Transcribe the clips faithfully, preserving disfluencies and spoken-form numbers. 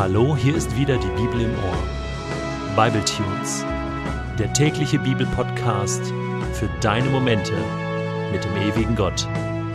Hallo, hier ist wieder die Bibel im Ohr. Bible Tunes, der tägliche Bibelpodcast für deine Momente mit dem ewigen Gott.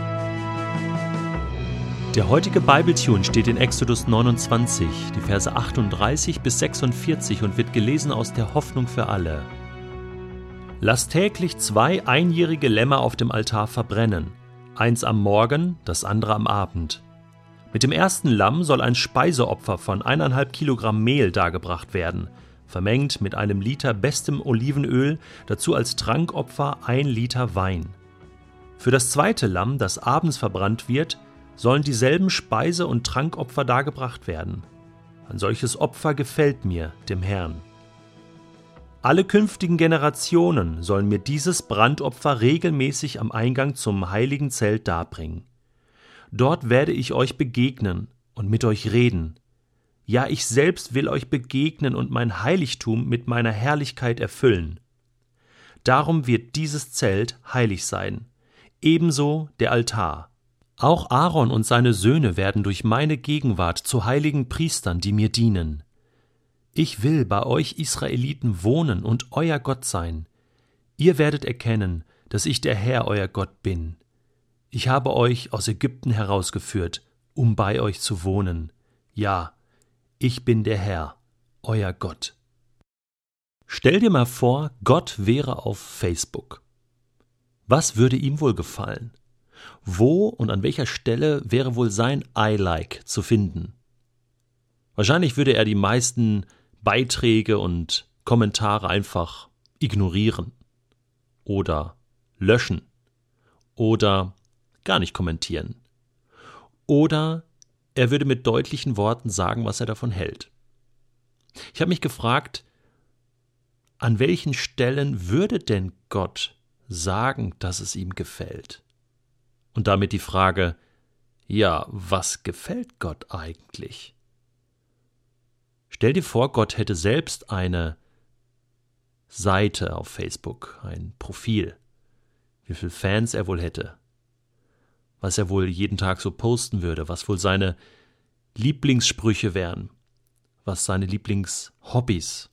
Der heutige Bible Tune steht in Exodus neunundzwanzig, die Verse achtunddreißig bis sechsundvierzig und wird gelesen aus der Hoffnung für alle. Lasst täglich zwei einjährige Lämmer auf dem Altar verbrennen, eins am Morgen, das andere am Abend. Mit dem ersten Lamm soll ein Speiseopfer von eineinhalb Kilogramm Mehl dargebracht werden, vermengt mit einem Liter bestem Olivenöl, dazu als Trankopfer ein Liter Wein. Für das zweite Lamm, das abends verbrannt wird, sollen dieselben Speise- und Trankopfer dargebracht werden. Ein solches Opfer gefällt mir, dem Herrn. Alle künftigen Generationen sollen mir dieses Brandopfer regelmäßig am Eingang zum heiligen Zelt darbringen. Dort werde ich euch begegnen und mit euch reden. Ja, ich selbst will euch begegnen und mein Heiligtum mit meiner Herrlichkeit erfüllen. Darum wird dieses Zelt heilig sein, ebenso der Altar. Auch Aaron und seine Söhne werden durch meine Gegenwart zu heiligen Priestern, die mir dienen. Ich will bei euch Israeliten wohnen und euer Gott sein. Ihr werdet erkennen, dass ich der Herr, euer Gott bin. Ich habe euch aus Ägypten herausgeführt, um bei euch zu wohnen. Ja, ich bin der Herr, euer Gott. Stell dir mal vor, Gott wäre auf Facebook. Was würde ihm wohl gefallen? Wo und an welcher Stelle wäre wohl sein I like zu finden? Wahrscheinlich würde er die meisten Beiträge und Kommentare einfach ignorieren oder löschen oder gar nicht kommentieren. Oder er würde mit deutlichen Worten sagen, was er davon hält. Ich habe mich gefragt, an welchen Stellen würde denn Gott sagen, dass es ihm gefällt? Und damit die Frage, ja, was gefällt Gott eigentlich? Stell dir vor, Gott hätte selbst eine Seite auf Facebook, ein Profil, wie viele Fans er wohl hätte, was er wohl jeden Tag so posten würde, was wohl seine Lieblingssprüche wären, was seine Lieblingshobbys.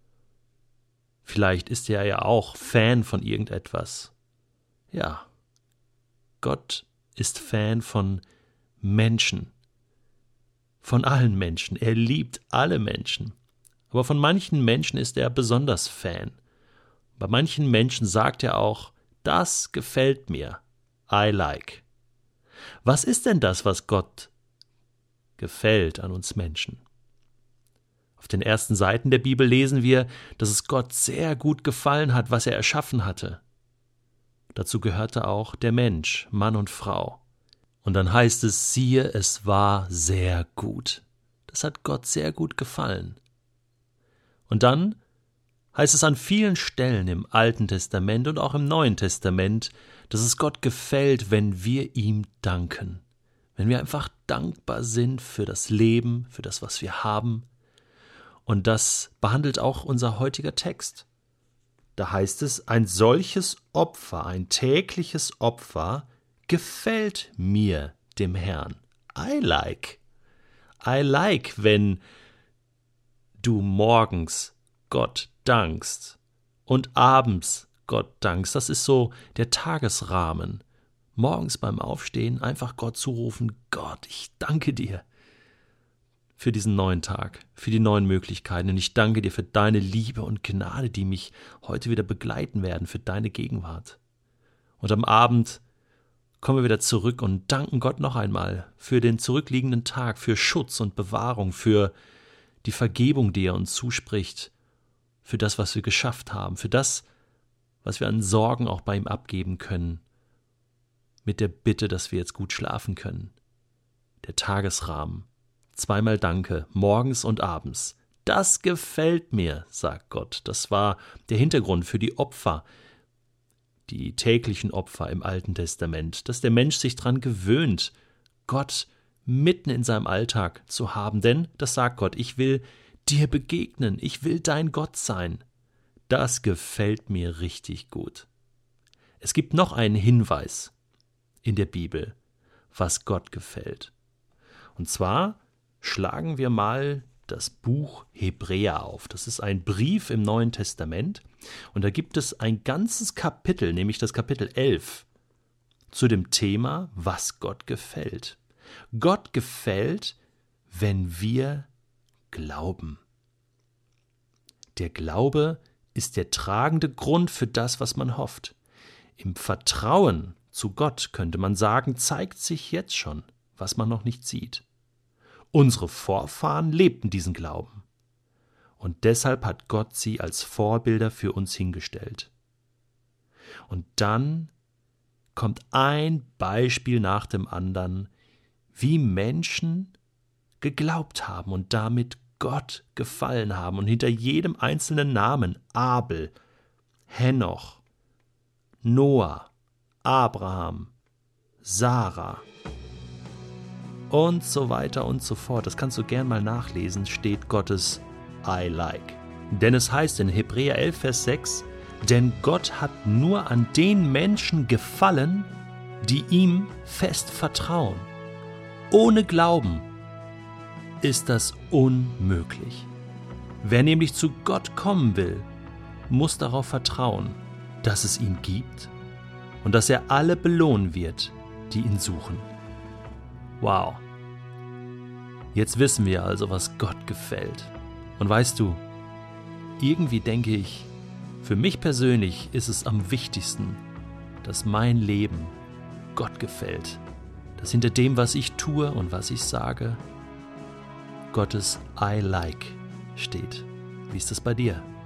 Vielleicht ist er ja auch Fan von irgendetwas. Ja, Gott ist Fan von Menschen, von allen Menschen. Er liebt alle Menschen. Aber von manchen Menschen ist er besonders Fan. Bei manchen Menschen sagt er auch, das gefällt mir, I like. Was ist denn das, was Gott gefällt an uns Menschen? Auf den ersten Seiten der Bibel lesen wir, dass es Gott sehr gut gefallen hat, was er erschaffen hatte. Dazu gehörte auch der Mensch, Mann und Frau. Und dann heißt es, siehe, es war sehr gut. Das hat Gott sehr gut gefallen. Und dann heißt es an vielen Stellen im Alten Testament und auch im Neuen Testament, dass es Gott gefällt, wenn wir ihm danken. Wenn wir einfach dankbar sind für das Leben, für das, was wir haben. Und das behandelt auch unser heutiger Text. Da heißt es, ein solches Opfer, ein tägliches Opfer, gefällt mir, dem Herrn. I like. I like, wenn du morgens Gott dankst und abends Gott dankst. Das ist so der Tagesrahmen. Morgens beim Aufstehen einfach Gott zurufen, Gott, ich danke dir für diesen neuen Tag, für die neuen Möglichkeiten und ich danke dir für deine Liebe und Gnade, die mich heute wieder begleiten werden, für deine Gegenwart. Und am Abend kommen wir wieder zurück und danken Gott noch einmal für den zurückliegenden Tag, für Schutz und Bewahrung, für die Vergebung, die er uns zuspricht, für das, was wir geschafft haben, für das, was wir an Sorgen auch bei ihm abgeben können, mit der Bitte, dass wir jetzt gut schlafen können. Der Tagesrahmen. Zweimal Danke, morgens und abends. Das gefällt mir, sagt Gott. Das war der Hintergrund für die Opfer, die täglichen Opfer im Alten Testament, dass der Mensch sich daran gewöhnt, Gott mitten in seinem Alltag zu haben. Denn, das sagt Gott, ich will dir begegnen, ich will dein Gott sein. Das gefällt mir richtig gut. Es gibt noch einen Hinweis in der Bibel, was Gott gefällt. Und zwar schlagen wir mal das Buch Hebräer auf. Das ist ein Brief im Neuen Testament und da gibt es ein ganzes Kapitel, nämlich das Kapitel elf, zu dem Thema, was Gott gefällt. Gott gefällt, wenn wir glauben. Der Glaube ist der tragende Grund für das, was man hofft. Im Vertrauen zu Gott, könnte man sagen, zeigt sich jetzt schon, was man noch nicht sieht. Unsere Vorfahren lebten diesen Glauben. Und deshalb hat Gott sie als Vorbilder für uns hingestellt. Und dann kommt ein Beispiel nach dem anderen, wie Menschen geglaubt haben und damit Gott gefallen haben. Und hinter jedem einzelnen Namen, Abel, Henoch, Noah, Abraham, Sarah und so weiter und so fort, das kannst du gern mal nachlesen, steht Gottes I like. Denn es heißt in Hebräer elf, Vers sechs, denn Gott hat nur an den Menschen gefallen, die ihm fest vertrauen. Ohne Glauben ist das unmöglich. Wer nämlich zu Gott kommen will, muss darauf vertrauen, dass es ihn gibt und dass er alle belohnen wird, die ihn suchen. Wow. Jetzt wissen wir also, was Gott gefällt. Und weißt du, irgendwie denke ich, für mich persönlich ist es am wichtigsten, dass mein Leben Gott gefällt. Dass hinter dem, was ich tue und was ich sage, Gottes I like steht. Wie ist das bei dir?